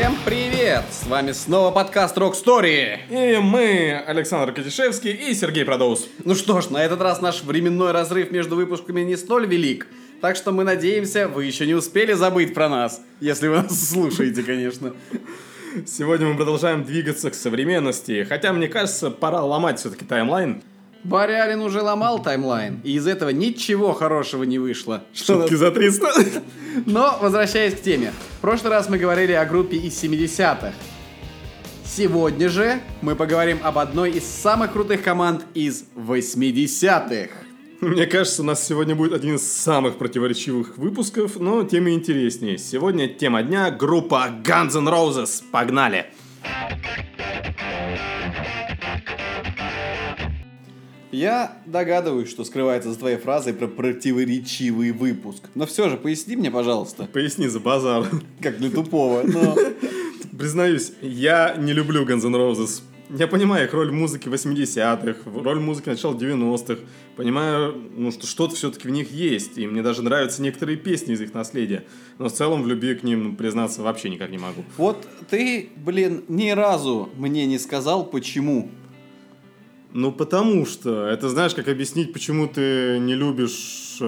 Всем привет! С вами снова подкаст Rock Story. И мы, Александр Катишевский и Сергей Продоус. Ну что ж, на этот раз наш временной разрыв между выпусками не столь велик. Так что мы надеемся, вы еще не успели забыть про нас. Если вы нас слушаете, конечно. Сегодня мы продолжаем двигаться к современности. Хотя, мне кажется, пора ломать все-таки таймлайн. Барялин уже ломал таймлайн, и из этого ничего хорошего не вышло. Шутки за 300. Но, возвращаясь к теме. В прошлый раз мы говорили о группе из 70-х. Сегодня же мы поговорим об одной из самых крутых команд из 80-х. Мне кажется, у нас сегодня будет один из самых противоречивых выпусков, но тем и интереснее. Сегодня тема дня — группа Guns N' Roses. Погнали! Я догадываюсь, что скрывается за твоей фразой про противоречивый выпуск. Но все же, поясни мне, пожалуйста. Поясни за базар. Как для тупого, но... Признаюсь, я не люблю Guns N' Roses. Я понимаю их роль в музыке 80-х, роль в музыке начала 90-х. Понимаю, что что-то все-таки в них есть. И мне даже нравятся некоторые песни из их наследия. Но в целом в любви к ним, признаться, вообще никак не могу. Вот ты, ни разу мне не сказал, почему. Ну, потому что. Это знаешь, как объяснить, почему ты не любишь...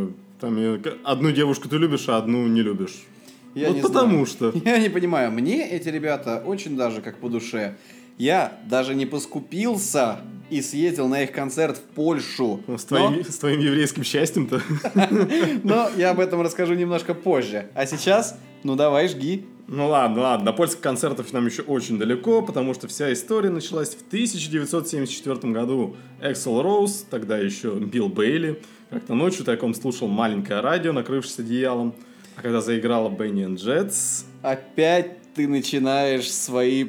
одну девушку ты любишь, а одну не любишь. Я вот не потому знаю. что. Я не понимаю. Мне эти ребята очень даже как по душе. Я даже не поскупился и съездил на их концерт в Польшу. С твоим еврейским счастьем-то. Но я об этом расскажу немножко позже. А сейчас, давай, жги. Ну ладно, до польских концертов нам еще очень далеко, потому что вся история началась в 1974 году. Эксел Роуз, тогда еще Билл Бейли, как-то ночью тайком слушал маленькое радио, накрывшись одеялом. А когда заиграла Benny and Jets... Опять ты начинаешь свои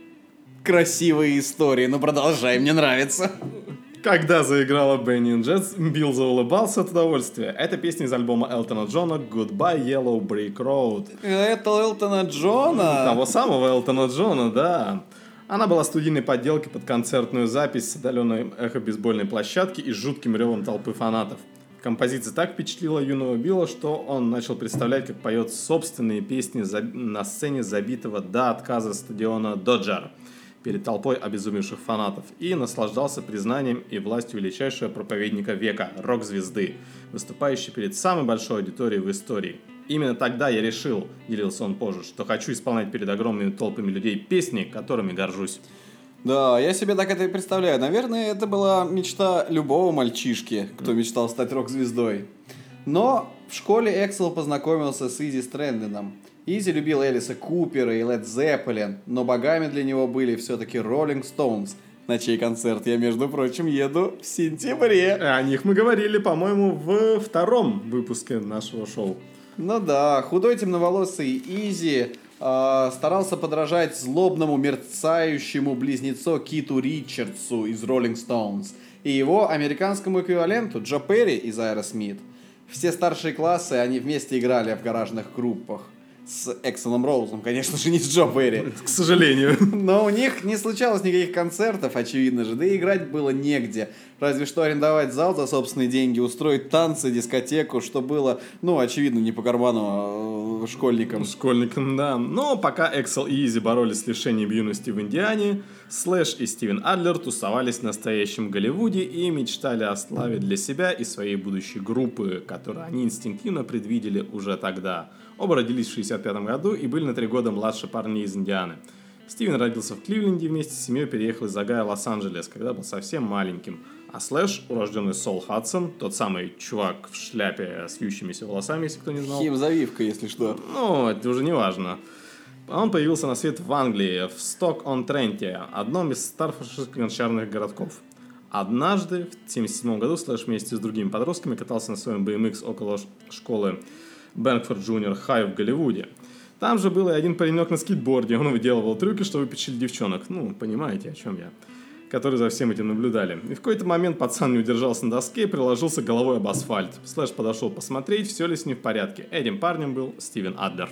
красивые истории. Продолжай, мне нравится. Когда заиграла Benny and Jets, Билл заулыбался от удовольствия. Это песня из альбома Элтона Джона «Goodbye Yellow Brick Road». Это Элтона Джона? Того самого Элтона Джона, да. Она была студийной подделкой под концертную запись с отдаленной эхо-бейсбольной площадки и жутким ревом толпы фанатов. Композиция так впечатлила юного Билла, что он начал представлять, как поет собственные песни на сцене забитого до отказа стадиона «Доджер» перед толпой обезумевших фанатов и наслаждался признанием и властью величайшего проповедника века, рок-звезды, выступающей перед самой большой аудиторией в истории. Именно тогда я решил, делился он позже, что хочу исполнять перед огромными толпами людей песни, которыми горжусь. Да, я себе так это и представляю. Наверное, это была мечта любого мальчишки, кто мечтал стать рок-звездой. Но в школе Эксел познакомился с Изи Стрэндоном. Изи любил Элиса Купера и Лед Зеппелин, но богами для него были все-таки Роллинг Стоунс, на чей концерт я, между прочим, еду в сентябре. О них мы говорили, по-моему, в втором выпуске нашего шоу. Ну да, худой темноволосый Изи старался подражать злобному мерцающему близнецу Киту Ричардсу из Роллинг Стоунс и его американскому эквиваленту Джо Перри из Aerosmith. Все старшие классы они вместе играли в гаражных группах. С Экселом Роузом, конечно же, не с Джо Перри. К сожалению. Но у них не случалось никаких концертов, очевидно же, да и играть было негде. Разве что арендовать зал за собственные деньги, устроить танцы, дискотеку, что было, очевидно, не по карману школьникам. Школьникам, да. Но пока Эксел и Изи боролись с лишением юности в Индиане, Слэш и Стивен Адлер тусовались в настоящем Голливуде и мечтали о славе для себя и своей будущей группы, которую они инстинктивно предвидели уже тогда. Оба родились в 1965 году и были на 3 года младше парней из Индианы. Стивен родился в Кливленде и вместе с семьей переехал из Огайо в Лос-Анджелес, когда был совсем маленьким. А Слэш, урожденный Сол Хадсон, тот самый чувак в шляпе с вьющимися волосами, если кто не знал. Хим-завивка, если что. Это уже не важно. Он появился на свет в Англии, в Сток-он-Тренте, одном из старфордширских гончарных городков. Однажды, в 1977 году, Слэш вместе с другими подростками катался на своем BMX около школы Бэнкфорд Джуниор Хай в Голливуде. Там же был и один паренек на скейтборде. Он выделывал трюки, чтобы впечатлить девчонок. Понимаете, о чем я. Которые за всем этим наблюдали. И в какой-то момент пацан не удержался на доске и приложился головой об асфальт. Слэш подошел посмотреть, все ли с ним в порядке. Этим парнем был Стивен Адлер.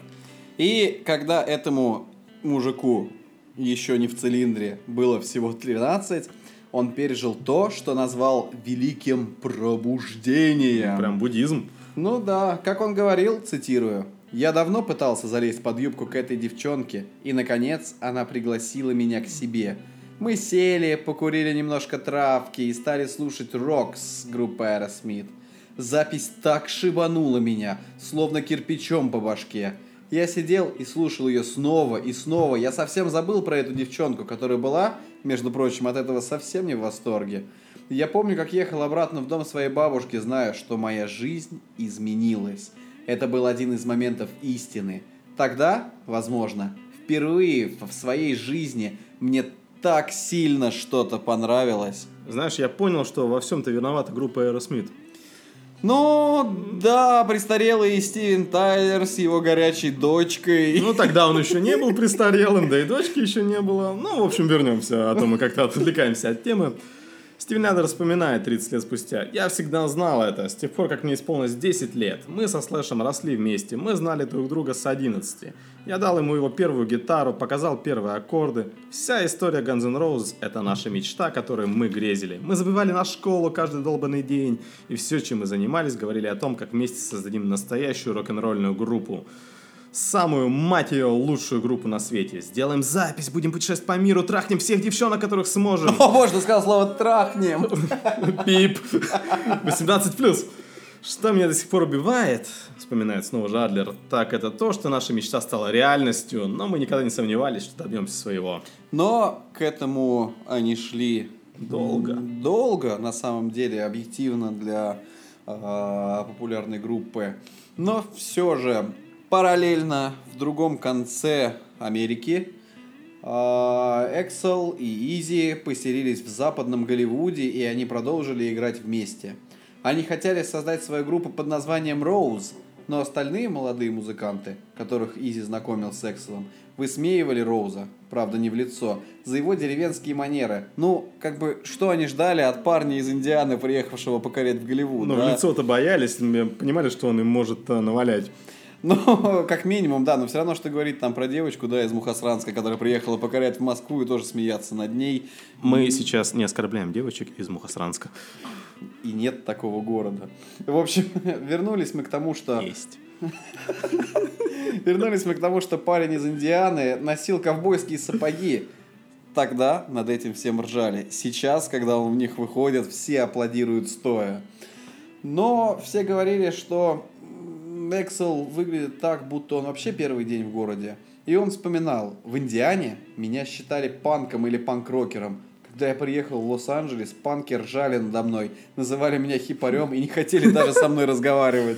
И когда этому мужику еще не в цилиндре было всего 13, он пережил то, что назвал великим пробуждением. Прям буддизм. Ну да, как он говорил, цитирую: Я давно пытался залезть под юбку к этой девчонке, и, наконец, она пригласила меня к себе. Мы сели, покурили немножко травки и стали слушать «Rocks» группы Aerosmith. Запись так шибанула меня, словно кирпичом по башке. Я сидел и слушал ее снова и снова. Я совсем забыл про эту девчонку, которая была, между прочим, от этого совсем не в восторге. Я помню, как ехал обратно в дом своей бабушки, зная, что моя жизнь изменилась. Это был один из моментов истины. Тогда, возможно, впервые в своей жизни мне так сильно что-то понравилось. Знаешь, я понял, что во всем-то виновата группа Aerosmith. Ну, да, престарелый Стивен Тайлер с его горячей дочкой. Ну, тогда он еще не был престарелым, да и дочки еще не было. Ну, в общем, вернемся, а то мы как-то отвлекаемся от темы. Стивен Адер вспоминает 30 лет спустя. «Я всегда знал это. С тех пор, как мне исполнилось 10 лет. Мы со Слэшем росли вместе. Мы знали друг друга с 11. Я дал ему его первую гитару, показал первые аккорды. Вся история Guns N' Roses — это наша мечта, которой мы грезили. Мы забивали на школу каждый долбанный день. И все, чем мы занимались, говорили о том, как вместе создадим настоящую рок-н-ролльную группу. Самую, мать ее, лучшую группу на свете. Сделаем запись, будем путешествовать по миру, трахнем всех девчонок, которых сможем». О, боже, ты сказал слово «трахнем». Пип. 18+. Что меня до сих пор убивает, вспоминает снова же Адлер, так это то, что наша мечта стала реальностью, но мы никогда не сомневались, что добьемся своего. Но к этому они шли Долго. Долго, на самом деле, объективно для популярной группы. Но все же, параллельно в другом конце Америки Эксел и Изи поселились в западном Голливуде, и они продолжили играть вместе. Они хотели создать свою группу под названием Rose, но остальные молодые музыканты, которых Изи знакомил с Экселом, высмеивали Роуза, правда не в лицо, за его деревенские манеры. Ну, как бы, что они ждали от парня из Индианы, приехавшего покорять в Голливуд? Ну, да? в лицо-то боялись, понимали, что он им может навалять. Ну, как минимум, да, но все равно, что говорить там про девочку, да, из Мухосранска, которая приехала покорять в Москву и тоже смеяться над ней. Мы сейчас не оскорбляем девочек из Мухосранска. И нет такого города. В общем, вернулись мы к тому, что... Есть. Вернулись мы к тому, что парень из Индианы носил ковбойские сапоги. Тогда над этим всем ржали. Сейчас, когда он в них выходит, все аплодируют стоя. Но все говорили, что Эксел выглядит так, будто он вообще первый день в городе. И он вспоминал: в Индиане меня считали панком или панк-рокером. Когда я приехал в Лос-Анджелес, панки ржали надо мной, называли меня хипарем и не хотели даже со мной разговаривать.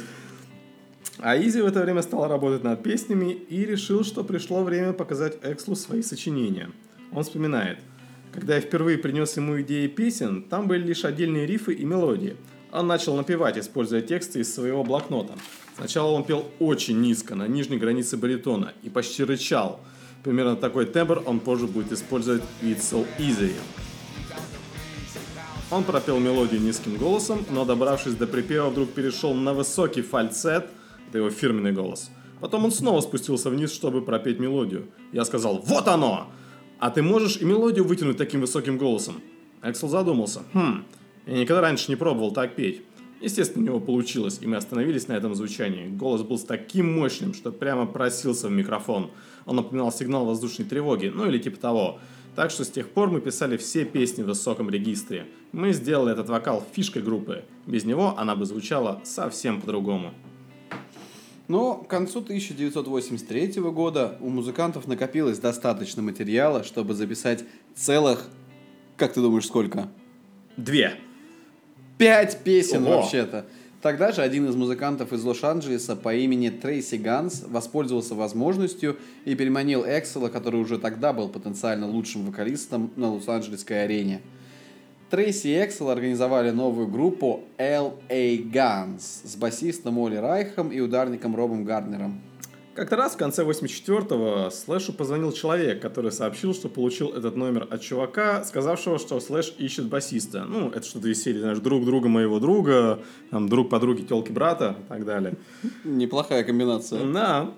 А Изи в это время стал работать над песнями и решил, что пришло время показать Экслу свои сочинения. Он вспоминает: когда я впервые принес ему идеи песен, там были лишь отдельные рифы и мелодии. Он начал напевать, используя тексты из своего блокнота. Сначала он пел очень низко, на нижней границе баритона, и почти рычал. Примерно такой тембр он позже будет использовать в It's So Easy. Он пропел мелодию низким голосом, но, добравшись до припева, вдруг перешел на высокий фальцет, это его фирменный голос. Потом он снова спустился вниз, чтобы пропеть мелодию. Я сказал: «Вот оно! А ты можешь и мелодию вытянуть таким высоким голосом?» Эксел задумался. Я никогда раньше не пробовал так петь. Естественно, у него получилось, и мы остановились на этом звучании. Голос был таким мощным, что прямо просился в микрофон. Он напоминал сигнал воздушной тревоги, ну или типа того. Так что с тех пор мы писали все песни в высоком регистре. Мы сделали этот вокал фишкой группы. Без него она бы звучала совсем по-другому. Но к концу 1983 года у музыкантов накопилось достаточно материала, чтобы записать целых, как ты думаешь, сколько? 2. 5 песен. Ого. Вообще-то. Тогда же один из музыкантов из Лос-Анджелеса по имени Трейси Ганс воспользовался возможностью и переманил Эксела, который уже тогда был потенциально лучшим вокалистом на Лос-Анджелесской арене. Трейси и Эксел организовали новую группу L.A. Guns с басистом Олли Райхом и ударником Робом Гарднером. Как-то раз в конце 84-го Слэшу позвонил человек, который сообщил, что получил этот номер от чувака, сказавшего, что Слэш ищет басиста. Ну, это что-то из серии, знаешь, друг друга моего друга, там, друг подруги, тёлки брата и так далее. Неплохая комбинация. Да.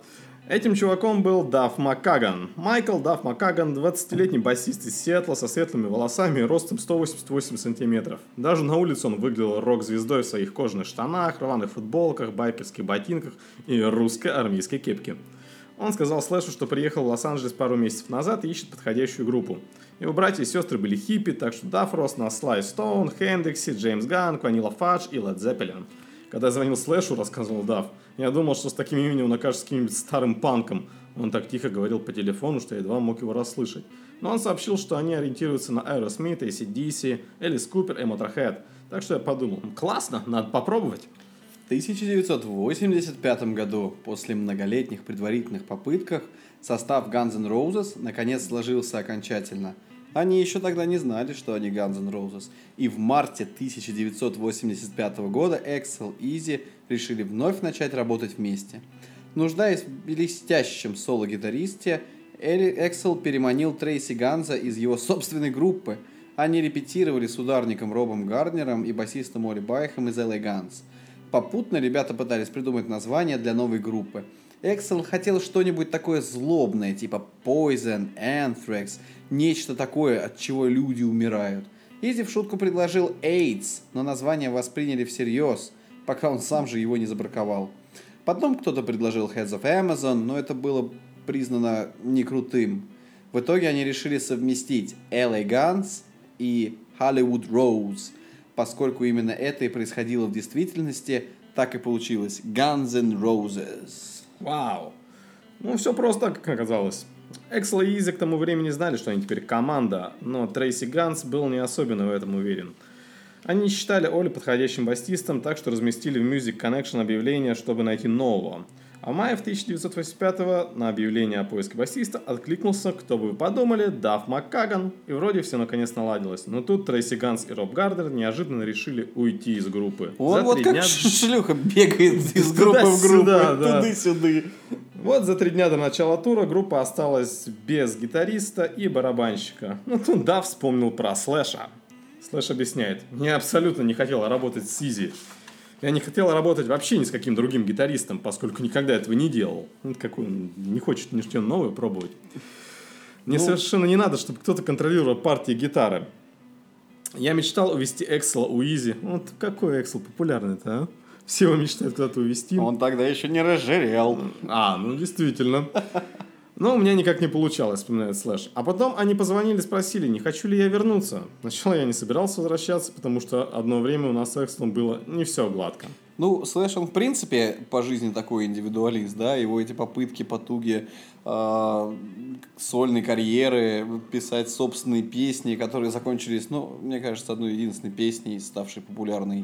Этим чуваком был Дафф Маккаган. Майкл Дафф Маккаган, 20-летний басист из Сиэтла со светлыми волосами и ростом 188 сантиметров. Даже на улице он выглядел рок-звездой в своих кожаных штанах, рваных футболках, байкерских ботинках и русской армейской кепке. Он сказал Слэшу, что приехал в Лос-Анджелес пару месяцев назад и ищет подходящую группу. Его братья и сестры были хиппи, так что Дафф рос на Слай Стоун, Хендриксе, Джеймс Ганн, Ванила Фадж и Лед Зеппелин. Когда я звонил Слэшу, рассказывал Дафф, я думал, что с таким именем он окажется каким-нибудь старым панком. Он так тихо говорил по телефону, что я едва мог его расслышать. Но он сообщил, что они ориентируются на Aerosmith, AC/DC, Элис Купер и Motorhead. Так что я подумал, классно, надо попробовать. В 1985 году, после многолетних предварительных попыток, состав Guns N' Roses наконец сложился окончательно. Они еще тогда не знали, что они Guns N' Roses. И в марте 1985 года Эксел и Изи решили вновь начать работать вместе. Нуждаясь в блестящем соло-гитаристе, Эксел переманил Трейси Ганза из его собственной группы. Они репетировали с ударником Робом Гарднером и басистом Оли Байхом из LA Guns. Попутно ребята пытались придумать название для новой группы. Эксел хотел что-нибудь такое злобное, типа Poison, Anthrax, нечто такое, от чего люди умирают. Изи в шутку предложил AIDS, но название восприняли всерьез, пока он сам же его не забраковал. Потом кто-то предложил Heads of Amazon, но это было признано не крутым. В итоге они решили совместить LA Guns и Hollywood Rose, поскольку именно это и происходило в действительности, так и получилось Guns N' Roses. Вау. Ну, все просто, как оказалось. Эксел и Изи к тому времени знали, что они теперь команда, но Трейси Ганс был не особенно в этом уверен. Они считали Оли подходящим басистом, так что разместили в Music Connection объявление, чтобы найти нового. А в мае 1985-го на объявление о поиске басиста откликнулся, кто бы вы подумали, Дафф Маккаган, и вроде все наконец наладилось. Но тут Трейси Ганс и Роб Гарднер неожиданно решили уйти из группы. Он вот как шлюха бегает из группы в группу, туды-сюды. Вот за 3 дня до начала тура группа осталась без гитариста и барабанщика. Но тут Дафф вспомнил про Слэша. Слэш объясняет, я абсолютно не хотел работать с Изи. Я не хотел работать вообще ни с каким другим гитаристом, поскольку никогда этого не делал. Какой он не хочет ничего новое пробовать. Мне совершенно не надо, чтобы кто-то контролировал партии гитары. Я мечтал увезти Эксела у Изи. Вот какой Эксел популярный-то, а? Все его мечтают куда-то увезти. Он тогда еще не разжирел. Действительно. Но у меня никак не получалось, вспоминает Слэш. А потом они позвонили и спросили, не хочу ли я вернуться. Сначала я не собирался возвращаться, потому что одно время у нас с Экслом было не все гладко. Слэш, он в принципе по жизни такой индивидуалист, да, его эти попытки, потуги сольной карьеры, писать собственные песни, которые закончились, мне кажется, одной единственной песней, ставшей популярной.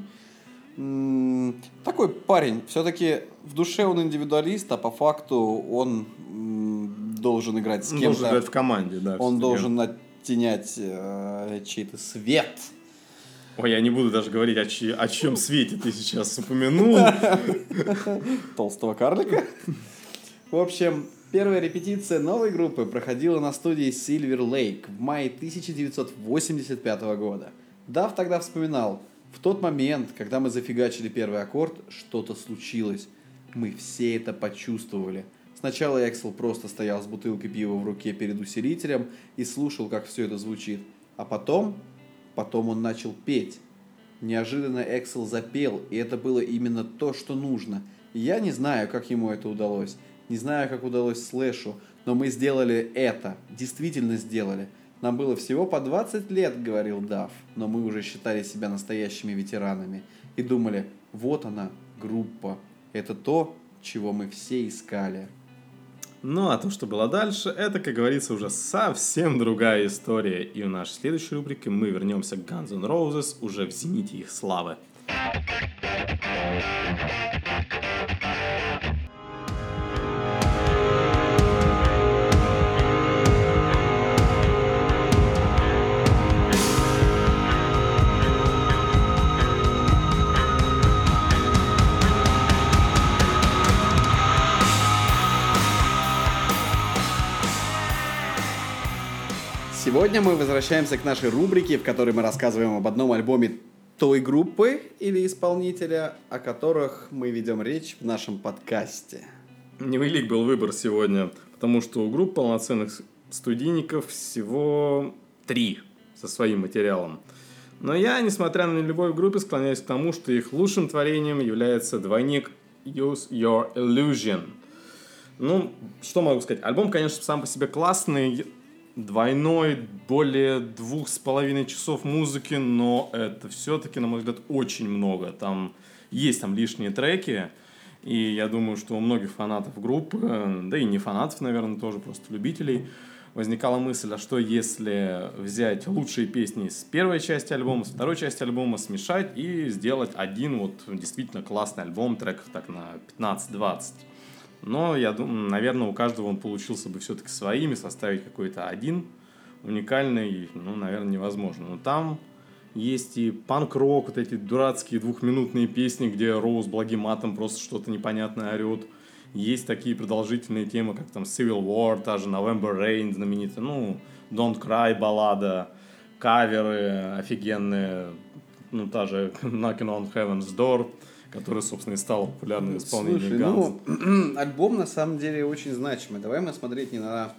Такой парень, все-таки в душе он индивидуалист, а по факту он должен играть с кем-то. Он должен играть в команде, да. Он должен оттенять чей-то свет. Ой, я не буду даже говорить, о чьем свете ты сейчас упомянул. Толстого карлика. В общем, первая репетиция новой группы проходила на студии Silver Lake в мае 1985 года. Дафф тогда вспоминал, в тот момент, когда мы зафигачили первый аккорд, что-то случилось. Мы все это почувствовали. Сначала Эксел просто стоял с бутылкой пива в руке перед усилителем и слушал, как все это звучит. А потом он начал петь. Неожиданно Эксел запел, и это было именно то, что нужно. Я не знаю, как ему это удалось. Не знаю, как удалось Слэшу, но мы сделали это. Действительно сделали. Нам было всего по 20 лет, говорил Дафф, но мы уже считали себя настоящими ветеранами. И думали, вот она, группа. Это то, чего мы все искали. А то, что было дальше, это, как говорится, уже совсем другая история. И в нашей следующей рубрике мы вернемся к Guns N' Roses уже в зените их славы. Сегодня мы возвращаемся к нашей рубрике, в которой мы рассказываем об одном альбоме той группы или исполнителя, о которых мы ведем речь в нашем подкасте. Невелик был выбор сегодня, потому что у групп полноценных студийников всего 3 со своим материалом. Но я, несмотря на любовь к группе, склоняюсь к тому, что их лучшим творением является двойник Use Your Illusion. Ну, что могу сказать? Альбом, конечно, сам по себе классный, двойной, более 2,5 часов музыки, но это все-таки, на мой взгляд, очень много. Там есть лишние треки, и я думаю, что у многих фанатов группы, да и не фанатов, наверное, тоже просто любителей, возникала мысль, а что если взять лучшие песни с первой части альбома, с второй части альбома, смешать и сделать один вот действительно классный альбом, треков так на 15-20. Но я думаю, наверное, у каждого он получился бы все-таки своими, составить какой-то один уникальный, наверное, невозможно. Но там есть и панк-рок, вот эти дурацкие 2-минутные песни, где Роуз благим матом просто что-то непонятное орет. Есть такие продолжительные темы, как там Civil War, та же November Rain знаменитая, Don't Cry баллада, каверы офигенные, та же Knocking on Heaven's Door, который, собственно, и стал популярным исполнением Guns. Альбом на самом деле очень значимый. Давай мы смотреть не на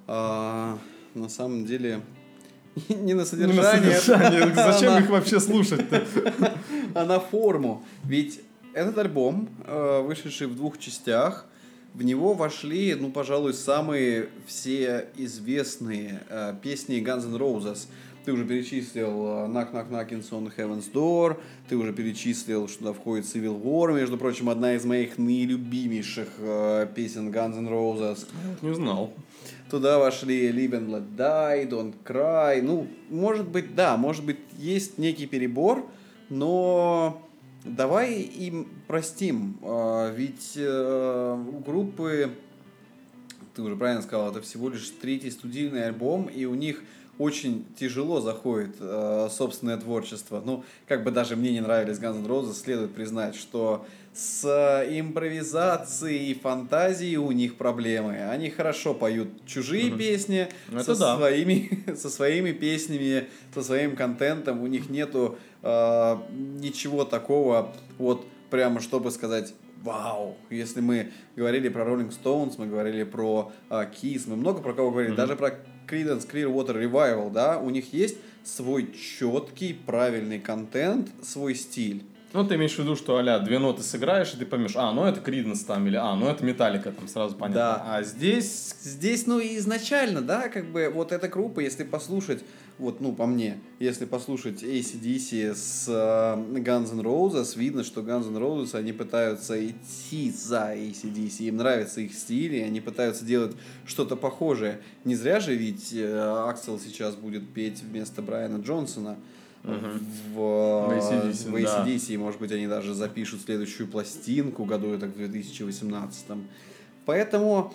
самом деле не на содержание. Зачем их вообще слушать-то? А на форму. Ведь этот альбом, вышедший в 2 частях, в него вошли, пожалуй, самые все известные песни Guns N' Roses. Ты уже перечислил Knock Knock Knockins on Heaven's Door, ты уже перечислил, что туда входит Civil War, между прочим, одна из моих наилюбимейших песен Guns N' Roses. Не знал. Туда вошли Live and Let Die, Don't Cry. Может быть, есть некий перебор, но давай им простим. Ведь у группы, ты уже правильно сказал, это всего лишь 3-й студийный альбом, и у них очень тяжело заходит собственное творчество. Как бы даже мне не нравились Guns N' Roses, следует признать, что с импровизацией и фантазией у них проблемы. Они хорошо поют чужие песни со своими песнями, со своим контентом. У них нету ничего такого, прямо чтобы сказать: вау! Если мы говорили про Rolling Stones, мы говорили про Kiss, мы много про кого говорили, даже про Creedence Clearwater Revival, да, у них есть свой четкий, правильный контент, свой стиль. Ты имеешь в виду, что 2 ноты сыграешь, и ты поймешь, это Creedence там, или это Metallica, там сразу понятно. Да. А здесь, изначально, да, эта группа, если послушать, по мне, если послушать AC/DC с Guns N' Roses, видно, что Guns N' Roses, они пытаются идти за AC/DC, им нравится их стиль, и они пытаются делать что-то похожее. Не зря же ведь Аксел сейчас будет петь вместо Брайана Джонсона в AC/DC, да. Может быть, они даже запишут следующую пластинку году, это в 2018. Поэтому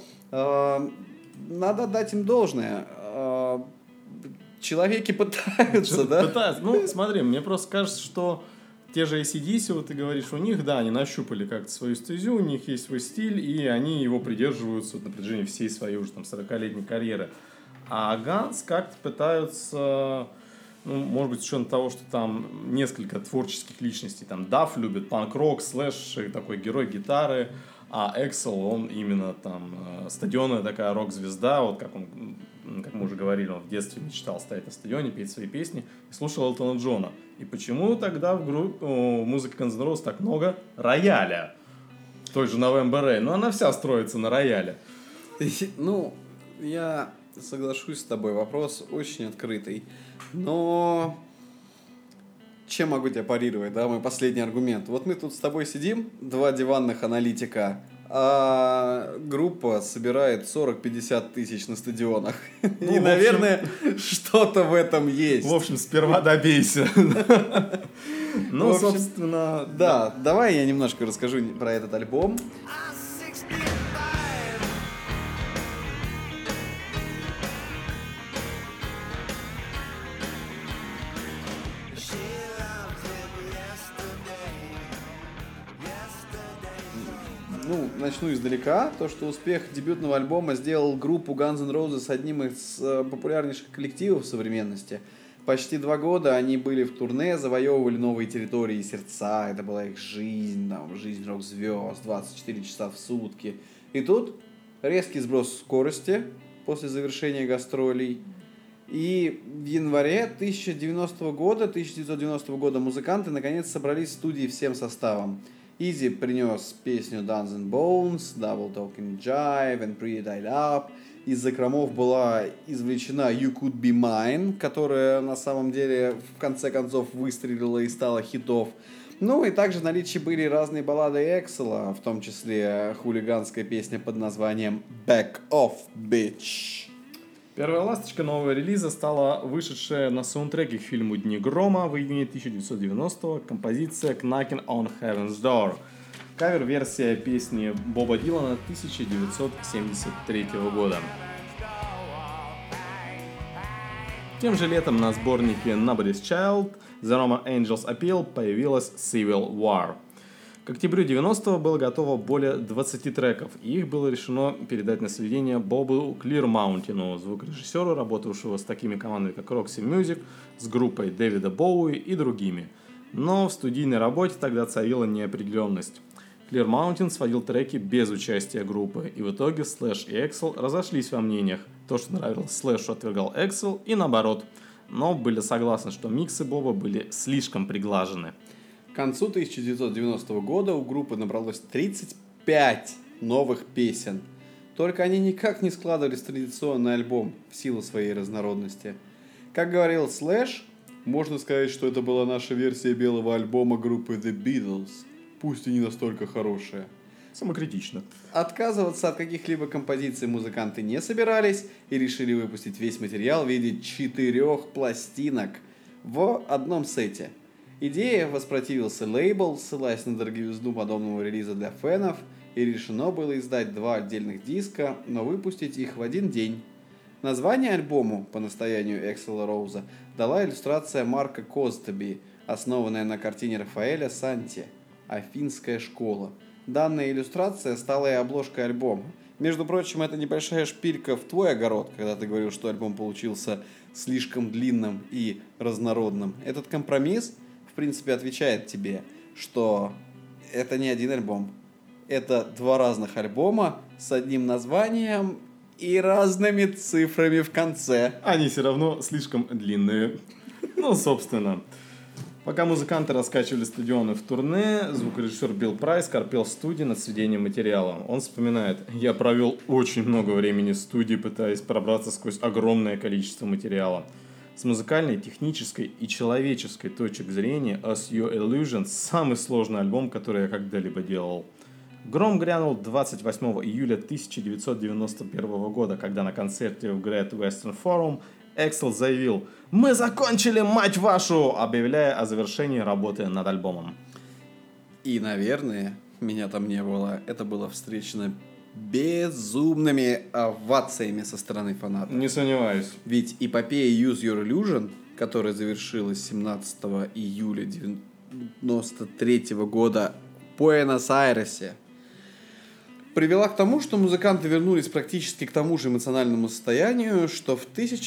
надо дать им должное. Человеки пытаются, да? Пытаются. Смотри, мне просто кажется, что те же AC/DC, ты говоришь, у них, да, они нащупали как-то свою стезю, у них есть свой стиль, и они его придерживаются на протяжении всей своей уже 40-летней карьеры. А Guns как-то пытаются... может быть, с учетом того, что там несколько творческих личностей. Там Дафф любит панк-рок, Слэш такой герой гитары, а Эксел, он именно там стадионная такая рок-звезда, как мы уже говорили, он в детстве мечтал стоять на стадионе, петь свои песни и слушал Элтона Джона. И почему тогда в музыке Guns N' Roses так много рояля? Той же November Rain, она вся строится на рояле. Я соглашусь с тобой, вопрос очень открытый. Но чем могу тебя парировать, да, мой последний аргумент. Мы тут с тобой сидим, 2 диванных аналитика, а группа собирает 40-50 тысяч на стадионах. И, наверное, что-то в этом есть. В общем, сперва добейся. Собственно... Да, давай я немножко расскажу про этот альбом. Начну издалека. То, что успех дебютного альбома сделал группу Guns N' Roses одним из популярнейших коллективов современности. Почти 2 года они были в турне, завоевывали новые территории и сердца. Это была их жизнь, жизнь рок-звезд, 24 часа в сутки. И тут резкий сброс скорости после завершения гастролей. И в январе 1990 года музыканты наконец собрались в студии всем составом. Изи принес песню Guns N' Bones, Double Talking Jive and Pretty Tied Up. Из закромов была извлечена You Could Be Mine, которая на самом деле в конце концов выстрелила и стала хитов. Ну и также в наличии были разные баллады Эксела, в том числе хулиганская песня под названием Back Off, Bitch. Первая ласточка нового релиза стала вышедшая на саундтреке к фильму «Дни грома» в июне 1990-го композиция «Knocking on Heaven's Door». Кавер-версия песни Боба Дилана 1973 года. Тем же летом на сборнике Nobody's Child The Roman Angels Appeal появилась Civil War. К октябрю 90-го было готово более 20 треков, и их было решено передать на сведение Бобу Клирмаунтину, звукорежиссеру, работавшего с такими командами, как Roxy Music, с группой Дэвида Боуи и другими. Но в студийной работе тогда царила неопределенность. Клирмаунтин сводил треки без участия группы, и в итоге Слэш и Эксел разошлись во мнениях. То, что нравилось Слэшу, отвергал Эксел, и наоборот. Но были согласны, что миксы Боба были слишком приглажены. К концу 1990 года у группы набралось 35 новых песен. Только они никак не складывались в традиционный альбом в силу своей разнородности. Как говорил Слэш, можно сказать, что это была наша версия белого альбома группы The Beatles, пусть и не настолько хорошая. Самокритично. Отказываться от каких-либо композиций музыканты не собирались и решили выпустить весь материал в виде 4 пластинок в одном сете. Идее воспротивился лейбл, ссылаясь на дороговизну подобного релиза для фенов, и решено было издать 2 отдельных диска, но выпустить их в один день. Название альбому, по настоянию Эксела Роуза, дала иллюстрация Марка Костеби, основанная на картине Рафаэля Санти «Афинская школа». Данная иллюстрация стала и обложкой альбома. Между прочим, это небольшая шпилька в твой огород, когда ты говорил, что альбом получился слишком длинным и разнородным. Этот компромисс, в принципе, отвечает тебе, что это не один альбом. Это 2 разных альбома с одним названием и разными цифрами в конце. Они все равно слишком длинные. Ну, собственно. Пока музыканты раскачивали стадионы в турне, звукорежиссер Билл Прайс корпел в студии над сведением материала. Он вспоминает: «Я провел очень много времени в студии, пытаясь пробраться сквозь огромное количество материала. С музыкальной, технической и человеческой точек зрения As Your Illusion – самый сложный альбом, который я когда-либо делал». Гром грянул 28 июля 1991 года, когда на концерте в Great Western Forum Эксел заявил: «Мы закончили, мать вашу!», объявляя о завершении работы над альбомом. И, наверное, меня там не было, это было встречено безумными овациями со стороны фанатов. Не сомневаюсь. Ведь эпопея Use Your Illusion, которая завершилась 17 июля 1993 года в Буэнос-Айресе, привела к тому, что музыканты вернулись практически к тому же эмоциональному состоянию, что в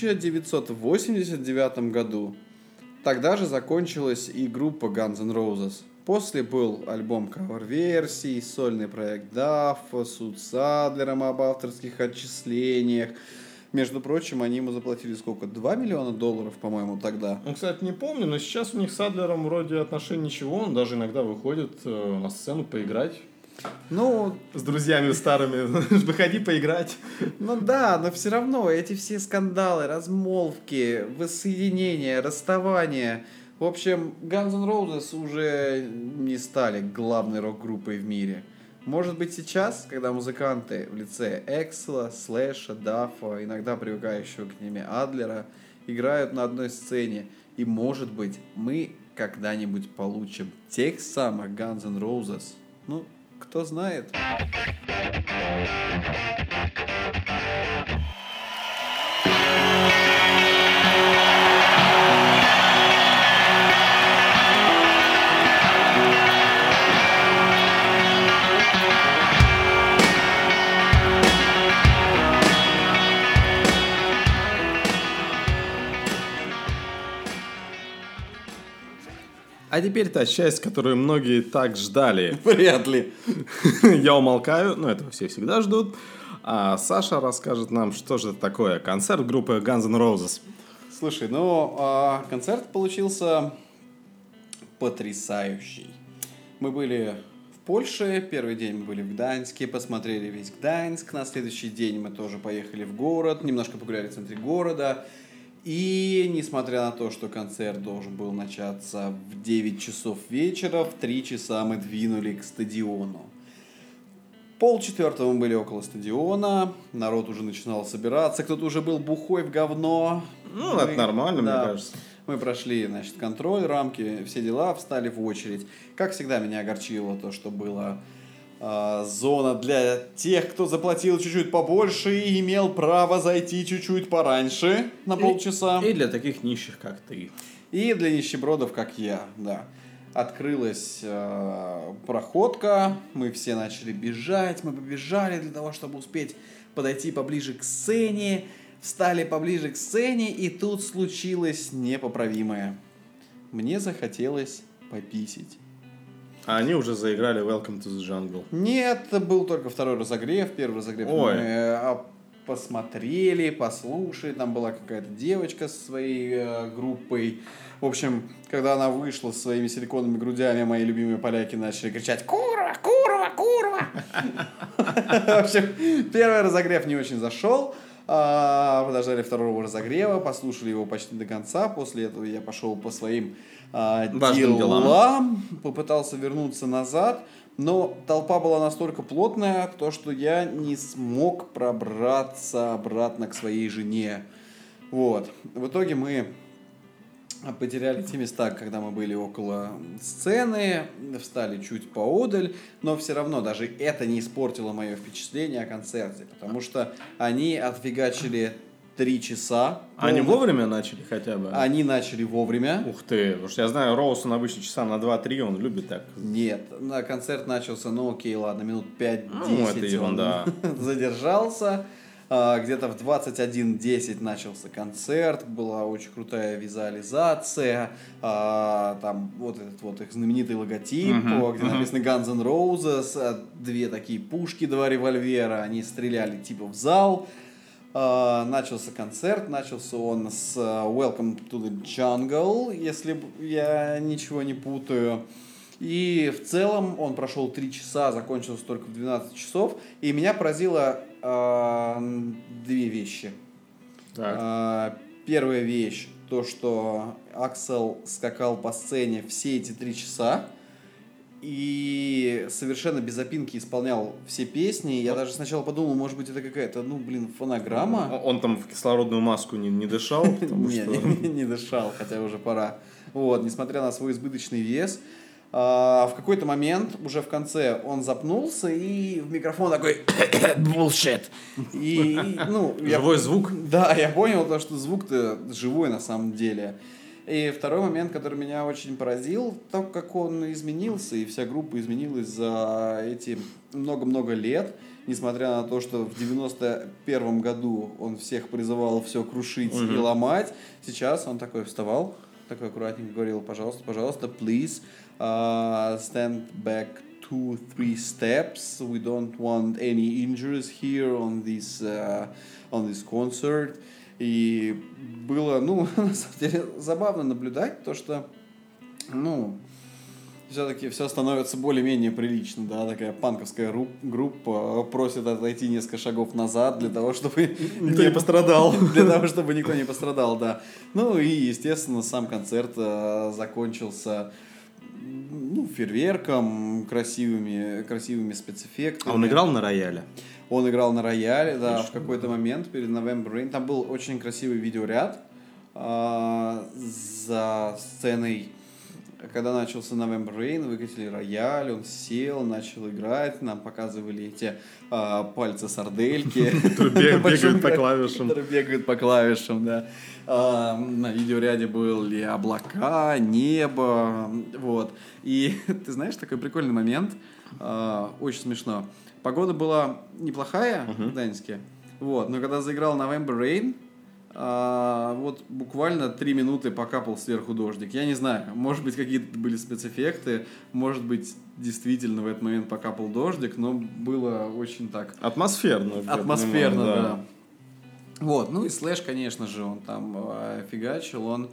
1989 году. Тогда же закончилась и группа Guns N' Roses. После был альбом кавер-версий, сольный проект Даффа, суд с Адлером об авторских отчислениях. Между прочим, они ему заплатили сколько? $2 миллиона, по-моему, тогда. Ну, кстати, не помню, но сейчас у них с Адлером вроде отношений ничего. Он даже иногда выходит на сцену поиграть. Ну, с друзьями старыми. Выходи поиграть. Ну да, но все равно эти все скандалы, размолвки, воссоединения, расставания. В общем, Guns N' Roses уже не стали главной рок-группой в мире. Может быть, сейчас, когда музыканты в лице Эксела, Слэша, Даффа, иногда привыкающего к ними Адлера, играют на одной сцене, и, может быть, мы когда-нибудь получим тех самых Guns N' Roses. Ну, кто знает. А теперь та часть, которую многие так ждали. Вряд ли. Я умолкаю, это все всегда ждут. А Саша расскажет нам, что же это такое. Концерт группы Guns N' Roses. Слушай, концерт получился потрясающий. Мы были в Польше, первый день мы были в Гданьске, посмотрели весь Гданьск. На следующий день мы тоже поехали в город, немножко погуляли в центре города. И несмотря на то, что концерт должен был начаться в 9 часов вечера, в 3 часа мы двинули к стадиону. 3:30 мы были около стадиона, народ уже начинал собираться, кто-то уже был бухой в говно. Это нормально, мне кажется. Мы прошли, контроль, рамки, все дела, встали в очередь. Как всегда, меня огорчило то, что была зона для тех, кто заплатил чуть-чуть побольше и имел право зайти чуть-чуть пораньше на полчаса. И для таких нищих, как ты. И для нищебродов, как я, да. Открылась проходка, мы все начали бежать, мы побежали для того, чтобы успеть подойти поближе к сцене, встали поближе к сцене, и тут случилось непоправимое. Мне захотелось пописить. А они уже заиграли Welcome to the Jungle. Нет, был только второй разогрев, первый разогрев мы посмотрели, послушали, там была какая-то девочка со своей группой. В общем, когда она вышла со своими силиконовыми грудями, мои любимые поляки начали кричать «Курва! Курва! Курва!». В общем, первый разогрев не очень зашел. Подождали второго разогрева, послушали его почти до конца. После этого я пошел по своим делам, попытался вернуться назад. Но толпа была настолько плотная, что я не смог пробраться обратно к своей жене. Вот. В итоге мы потеряли те места, когда мы были около сцены, встали чуть поодаль, но все равно даже это не испортило мое впечатление о концерте, потому что они отфигачили 3 часа. Они вовремя начали хотя бы? Они начали вовремя. Ух ты, потому что я знаю, Роуз он обычно часа на 2-3, он любит так. Нет, концерт начался, окей, ладно, минут 5-10 это ерунда. Он задержался. Где-то в 21:10 начался концерт, была очень крутая визуализация, там вот этот их знаменитый логотип, где написано Guns N' Roses, 2 такие пушки, 2 револьвера, они стреляли типа в зал. Начался концерт, начался он с Welcome to the Jungle, если я ничего не путаю. И в целом он прошел 3 часа, закончился только в 12 часов. И меня поразило 2 вещи. Первая вещь, то, что Аксел скакал по сцене все эти 3 часа. И совершенно без запинки исполнял все песни. Я даже сначала подумал, может быть, это какая-то, фонограмма. Он там в кислородную маску не дышал? Не дышал, хотя уже пора. Вот, несмотря на свой избыточный вес. В какой-то момент, уже в конце, он запнулся и в микрофон такой «Bullshit». Живой звук? Да, я понял, что звук-то живой на самом деле. И второй момент, который меня очень поразил, то, как он изменился, и вся группа изменилась за эти много-много лет. Несмотря на то, что в 91 году он всех призывал все крушить и ломать, сейчас он такой вставал, такой аккуратненько говорил: пожалуйста, please stand back 2-3 steps. We don't want any injuries here on this concert. И было, на самом деле, забавно наблюдать то, что, все-таки все становится более-менее прилично, да, такая панковская группа просит отойти несколько шагов назад для того, чтобы никто не пострадал. Для того, чтобы никто не пострадал, да. И, естественно, сам концерт закончился фейерверком, красивыми спецэффектами. А он играл на рояле? Он играл на рояле, да, в какой-то момент перед November Rain. Там был очень красивый видеоряд за сценой. Когда начался November Rain, выкатили рояль, он сел, начал играть, нам показывали эти пальцы сардельки. Бегают по клавишам. Бегают по клавишам, да. На видеоряде были облака, небо, вот. И ты знаешь, такой прикольный момент, очень смешно. Погода была неплохая в Гданьске, вот, но когда заиграл November Rain, вот буквально 3 минуты покапал сверху дождик. Я не знаю, может быть, какие-то были спецэффекты, может быть, действительно в этот момент покапал дождик, но было очень так... Атмосферно. Атмосферно, да. Вот, ну и Слэш, конечно же, он там фигачил, он...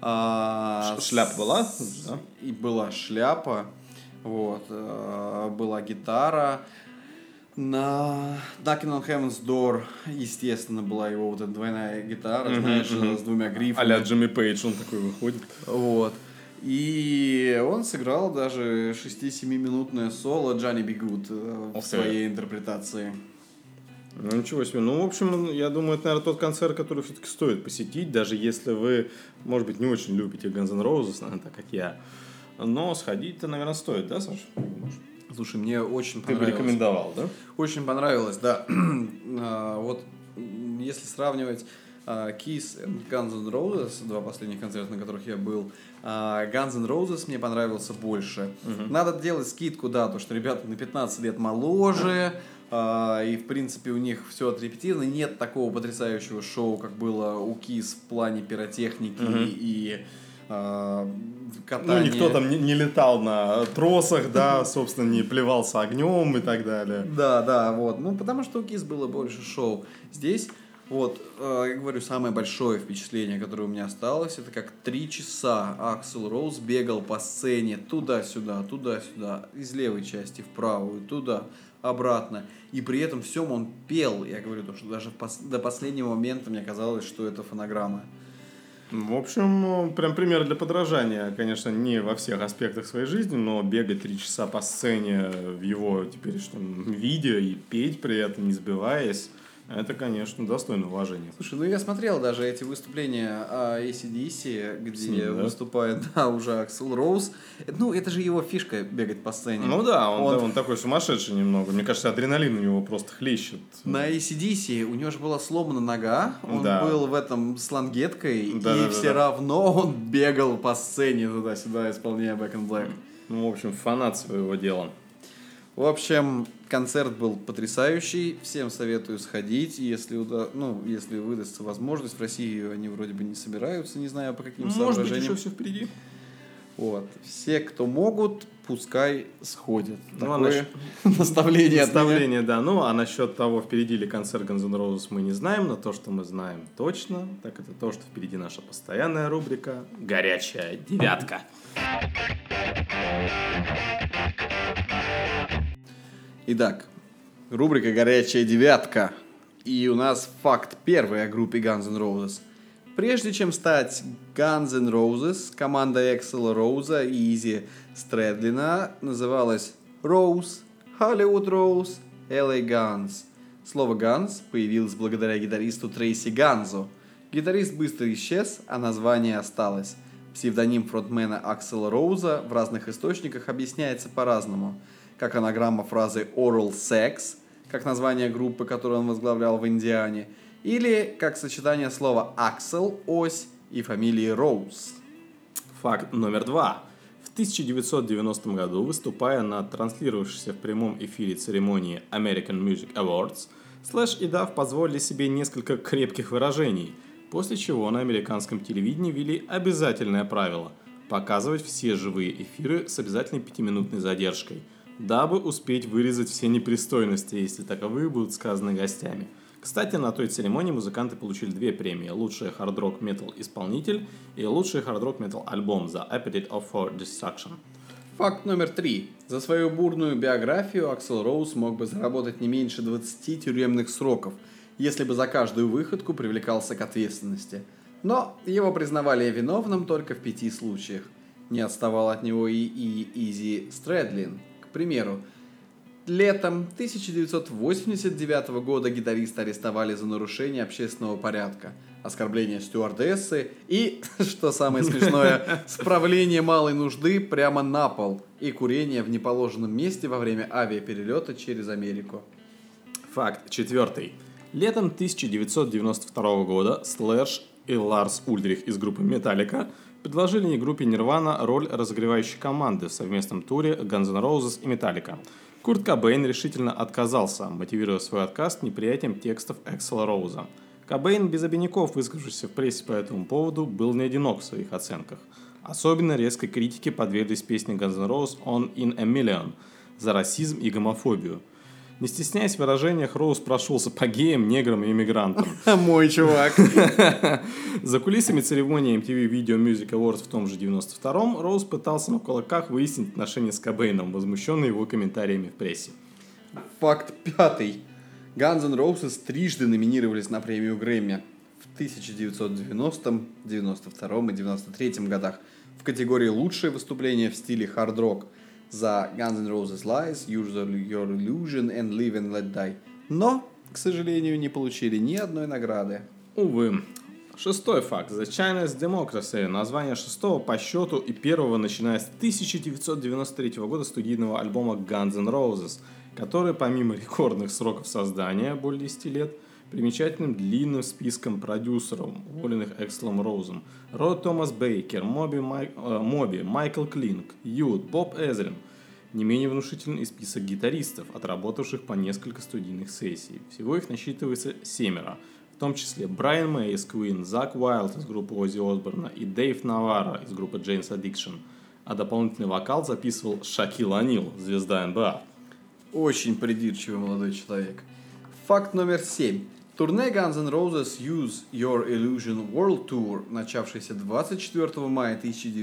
Шляпа была? Да. И была шляпа, вот, была гитара. На Knocking on Heaven's Door, естественно, была его вот эта двойная гитара, знаешь, с двумя грифами. А-ля Джимми Пейдж, он такой выходит. Вот. И он сыграл даже 6-7-минутное соло Джонни Би Гуд в своей интерпретации. Ну, ничего себе. Ну, в общем, я думаю, это, наверное, тот концерт, который все-таки стоит посетить, даже если вы, может быть, не очень любите Guns N' Roses, наверное, так как я. Но сходить-то, наверное, стоит, да, Саша? Слушай, мне очень понравилось. Ты бы рекомендовал, да? Очень понравилось, да. Вот если сравнивать Kiss и Guns N' Roses, два последних концерта, на которых я был, Guns N' Roses мне понравился больше. Надо делать скидку, да, то, что ребята на 15 лет моложе, и, в принципе, у них все отрепетировано. Нет такого потрясающего шоу, как было у Kiss в плане пиротехники и... катание. Ну, никто там не летал на тросах, да, собственно, не плевался огнем и так далее. Да, вот. Ну, потому что у Kiss было больше шоу. Здесь, вот, я говорю, самое большое впечатление, которое у меня осталось, это как 3 часа Аксл Роуз бегал по сцене туда-сюда, из левой части в правую, туда, обратно. И при этом всем он пел. Я говорю, что даже до последнего момента мне казалось, что это фонограмма. В общем, прям пример для подражания, конечно, не во всех аспектах своей жизни, но бегать 3 часа по сцене в его теперешнем виде и петь при этом, не сбиваясь, это, конечно, достойно уважения. Слушай, ну я смотрел даже эти выступления AC/DC, где выступает, да, уже Аксл Роуз. Ну, это же его фишка бегать по сцене. Ну да, он такой сумасшедший немного. Мне кажется, адреналин у него просто хлещет. На AC/DC у него же была сломана нога, он был в этом с лангеткой, все равно он бегал по сцене туда-сюда, исполняя Back in Black. Ну, в общем, фанат своего дела. В общем, концерт был потрясающий, всем советую сходить, если выдастся возможность. В России они вроде бы не собираются, не знаю по каким соображениям. Может быть, еще все впереди. Вот. Все, кто могут, пускай сходят. Такое наставление от меня. Наставление, да. Ну, а насчет того, впереди ли концерт Guns N' Roses, мы не знаем, но то, что мы знаем точно, так это то, что впереди наша постоянная рубрика «Горячая девятка». Итак, рубрика «Горячая девятка». И у нас факт первый о группе Guns N' Roses. Прежде чем стать Guns N' Roses, команда Эксела Роуза и Изи Стрэдлина называлась Rose, Hollywood Rose, LA Guns. Слово «Guns» появилось благодаря гитаристу Трейси Ганзу. Гитарист быстро исчез, а название осталось. Псевдоним фронтмена Аксела Роуза в разных источниках объясняется по-разному. Как анаграмма фразы «oral sex», как название группы, которую он возглавлял в Индиане, или как сочетание слова «Аксел», «ось» и фамилии Роуз. Факт номер 2. В 1990 году, выступая на транслировавшейся в прямом эфире церемонии American Music Awards, Slash и Duff позволили себе несколько крепких выражений, после чего на американском телевидении ввели обязательное правило – показывать все живые эфиры с обязательной 5-минутной задержкой, дабы успеть вырезать все непристойности, если таковые будут сказаны гостями. Кстати, на той церемонии музыканты получили 2 премии – лучший хард-рок метал исполнитель и лучший хард-рок метал альбом The Appetite for Destruction. Факт номер 3. За свою бурную биографию Аксел Роуз мог бы заработать не меньше 20 тюремных сроков, если бы за каждую выходку привлекался к ответственности. Но его признавали виновным только в 5 случаях. Не отставал от него и Изи Стрэдлин. К примеру, летом 1989 года гитариста арестовали за нарушение общественного порядка, оскорбление стюардессы и, что самое смешное, справление малой нужды прямо на пол и курение в неположенном месте во время авиаперелета через Америку. Факт 4. Летом 1992 года Слэш и Ларс Ульрих из группы Metallica предложили группе Nirvana роль разогревающей команды в совместном туре Guns N' Roses и Metallica. Курт Кобейн решительно отказался, мотивируя свой отказ неприятием текстов Аксела Роуза. Кобейн без обиняков, высказавшийся в прессе по этому поводу, был не одинок в своих оценках. Особенно резкой критике подверглись песни Guns N' Roses «On in a Million» за расизм и гомофобию. Не стесняясь в выражениях, Роуз прошелся по геям, неграм и иммигрантам. Мой чувак. За кулисами церемонии MTV Video Music Awards в том же 92-м Роуз пытался на кулаках выяснить отношения с Кобейном, возмущенный его комментариями в прессе. Факт 5. Guns N' Roses трижды номинировались на премию Грэмми в 1990, 92 и 93 годах в категории «Лучшее выступление в стиле хард-рок» за Guns N' Roses Lies, Use Your Illusion and Live and Let Die. Но, к сожалению, не получили ни одной награды. Увы. Шестой факт. The Chinese Democracy. Название шестого по счету и первого, начиная с 1993 года, студийного альбома Guns N' Roses, который, помимо рекордных сроков создания, более 10 лет, примечательным длинным списком продюсеров, уволенных Экслом Роузом, Род Томас Бейкер, Моби, Майкл Клинк, Ют, Боб Эзрин, не менее внушительный список гитаристов, отработавших по несколько студийных сессий. Всего их насчитывается 7, в том числе Брайан Мэй из Queen, Зак Уайлд из группы Оззи Осборна и Дэйв Наварро из группы Jane's Addiction, а дополнительный вокал записывал Шакил О'Нил, звезда НБА. Очень придирчивый молодой человек. Факт номер 7. Турне Guns N' Roses Use Your Illusion World Tour, начавшийся 24 мая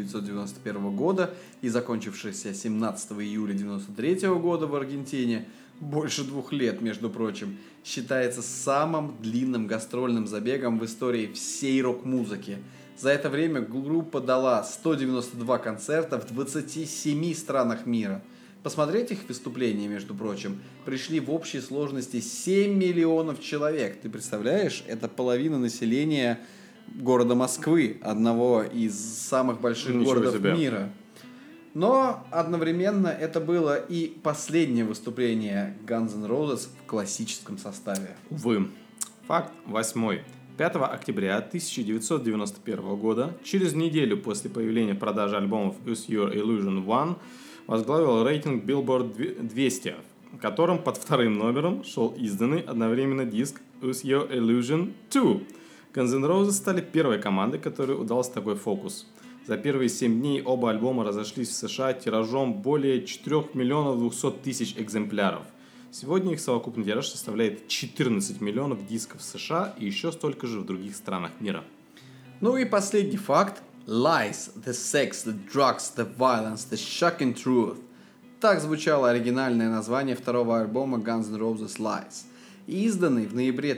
1991 года и закончившийся 17 июля 1993 года в Аргентине, больше 2 лет, между прочим, считается самым длинным гастрольным забегом в истории всей рок-музыки. За это время группа дала 192 концерта в 27 странах мира. Посмотреть их выступления, между прочим, пришли в общей сложности 7 миллионов человек. Ты представляешь, это половина населения города Москвы, одного из самых больших городов мира. Но одновременно это было и последнее выступление Guns N' Roses в классическом составе. Увы. Факт 8. 5 октября 1991 года, через неделю после появления в продаже альбомов Use Your Illusion 1, возглавил рейтинг Billboard 200, в котором под вторым номером шел изданный одновременно диск Use Your Illusion 2. Guns N' Roses стали первой командой, которой удался такой фокус. За первые 7 дней оба альбома разошлись в США тиражом более 4 миллионов 200 тысяч экземпляров. Сегодня их совокупный тираж составляет 14 миллионов дисков в США и еще столько же в других странах мира. Ну и последний факт. Lies, the sex, the drugs, the violence, the shocking truth. Так звучало оригинальное название второго альбома Guns N' Roses Lies. Изданный в ноябре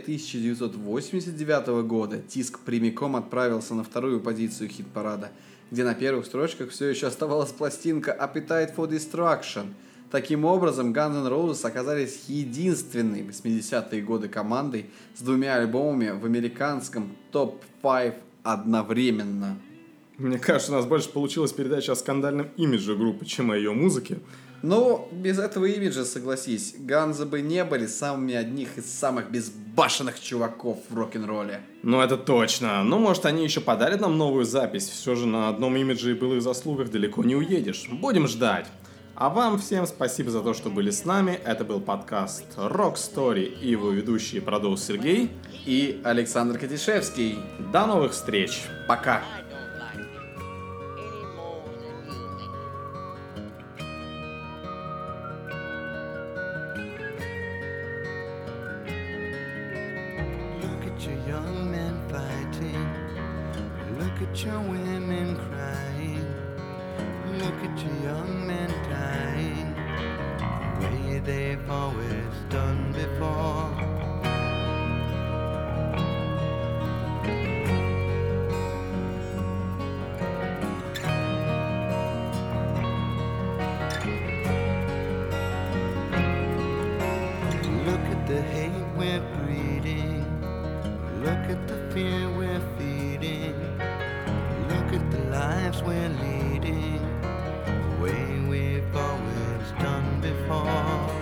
1989 года, диск прямиком отправился на вторую позицию хит-парада, где на первых строчках все еще оставалась пластинка Appetite for Destruction. Таким образом, Guns N' Roses оказались единственной в 80-е годы командой с 2 альбомами в американском топ-5 одновременно. Мне кажется, у нас больше получилась передача о скандальном имидже группы, чем о ее музыке. Но без этого имиджа, согласись, Ганзы бы не были самыми одних из самых безбашенных чуваков в рок-н-ролле. Ну, это точно. Но, может, они еще подарят нам новую запись. Все же на одном имидже и былых заслугах далеко не уедешь. Будем ждать. А вам всем спасибо за то, что были с нами. Это был подкаст Rock Story и его ведущие продюсер Сергей и Александр Катишевский. До новых встреч. Пока. Young men fighting, look at your women crying, look at your young men dying, the way they've always done before. Look at the hate we're breeding. Look at the fear we're feeding. Look at the lives we're leading, the way we've always done before.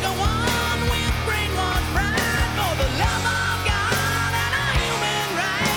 Right.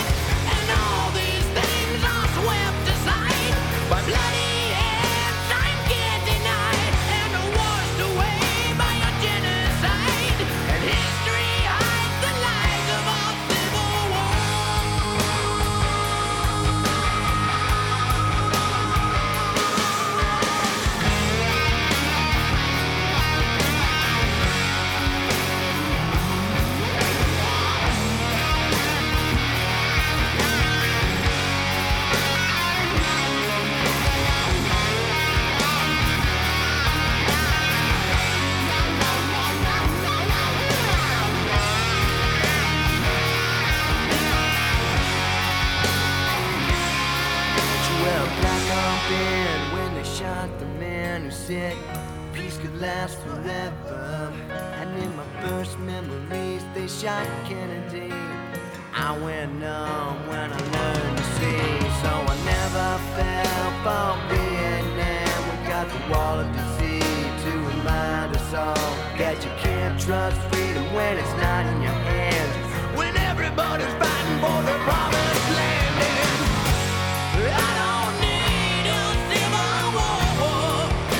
understand when they shot the man who said peace could last forever. And in my first memories, they shot Kennedy. I went numb when I learned to see, so I never fell for Vietnam. We got the wall of disease to remind us all that you can't trust freedom when it's not in your hands. When everybody's fighting for the promised land, and I don't need a civil war.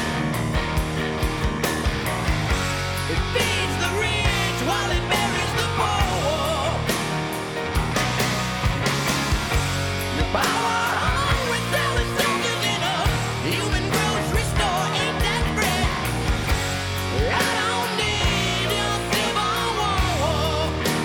It feeds the rich while it buries the poor. The power hungry selling soldiers in a human grocery store ain't that bread. I don't need a civil war.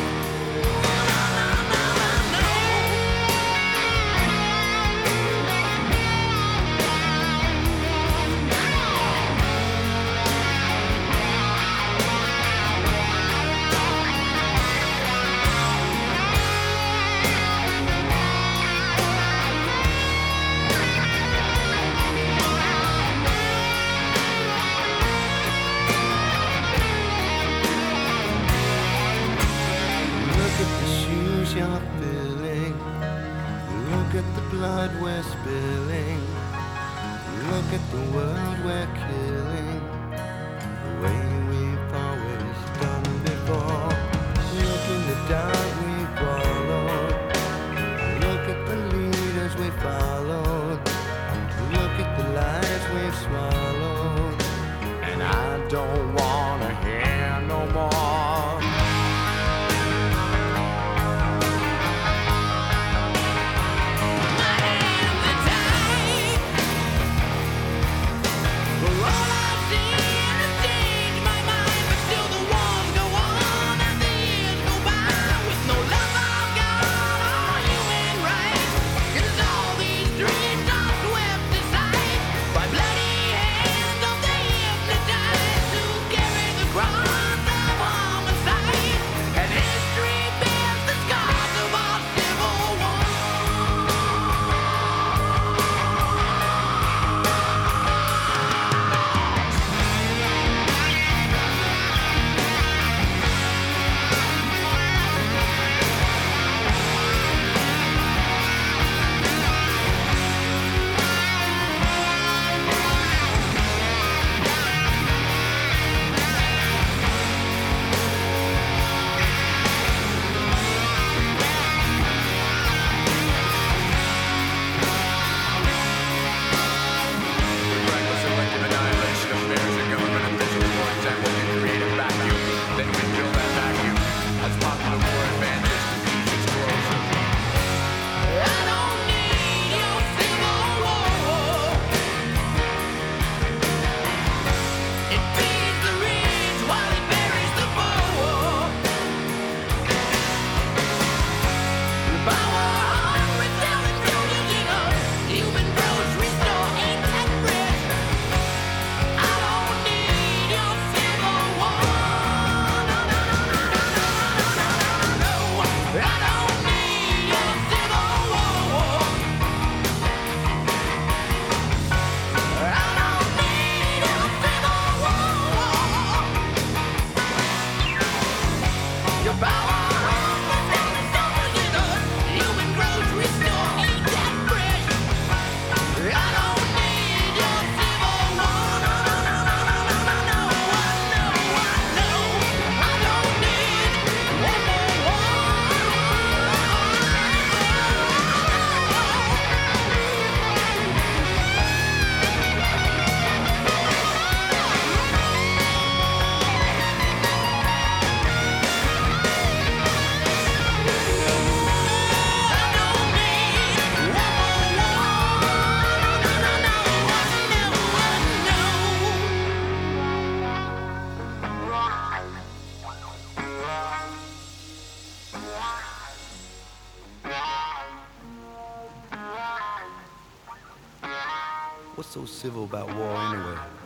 Look at the shoes you're filling. Look at the blood we're spilling. Look at the world we're killing. The way we've always done before. Look in the dark we followed. Look at the leaders we followed. Look at the lies we've swallowed. And I don't wanna hear no more. What's so civil about war anyway?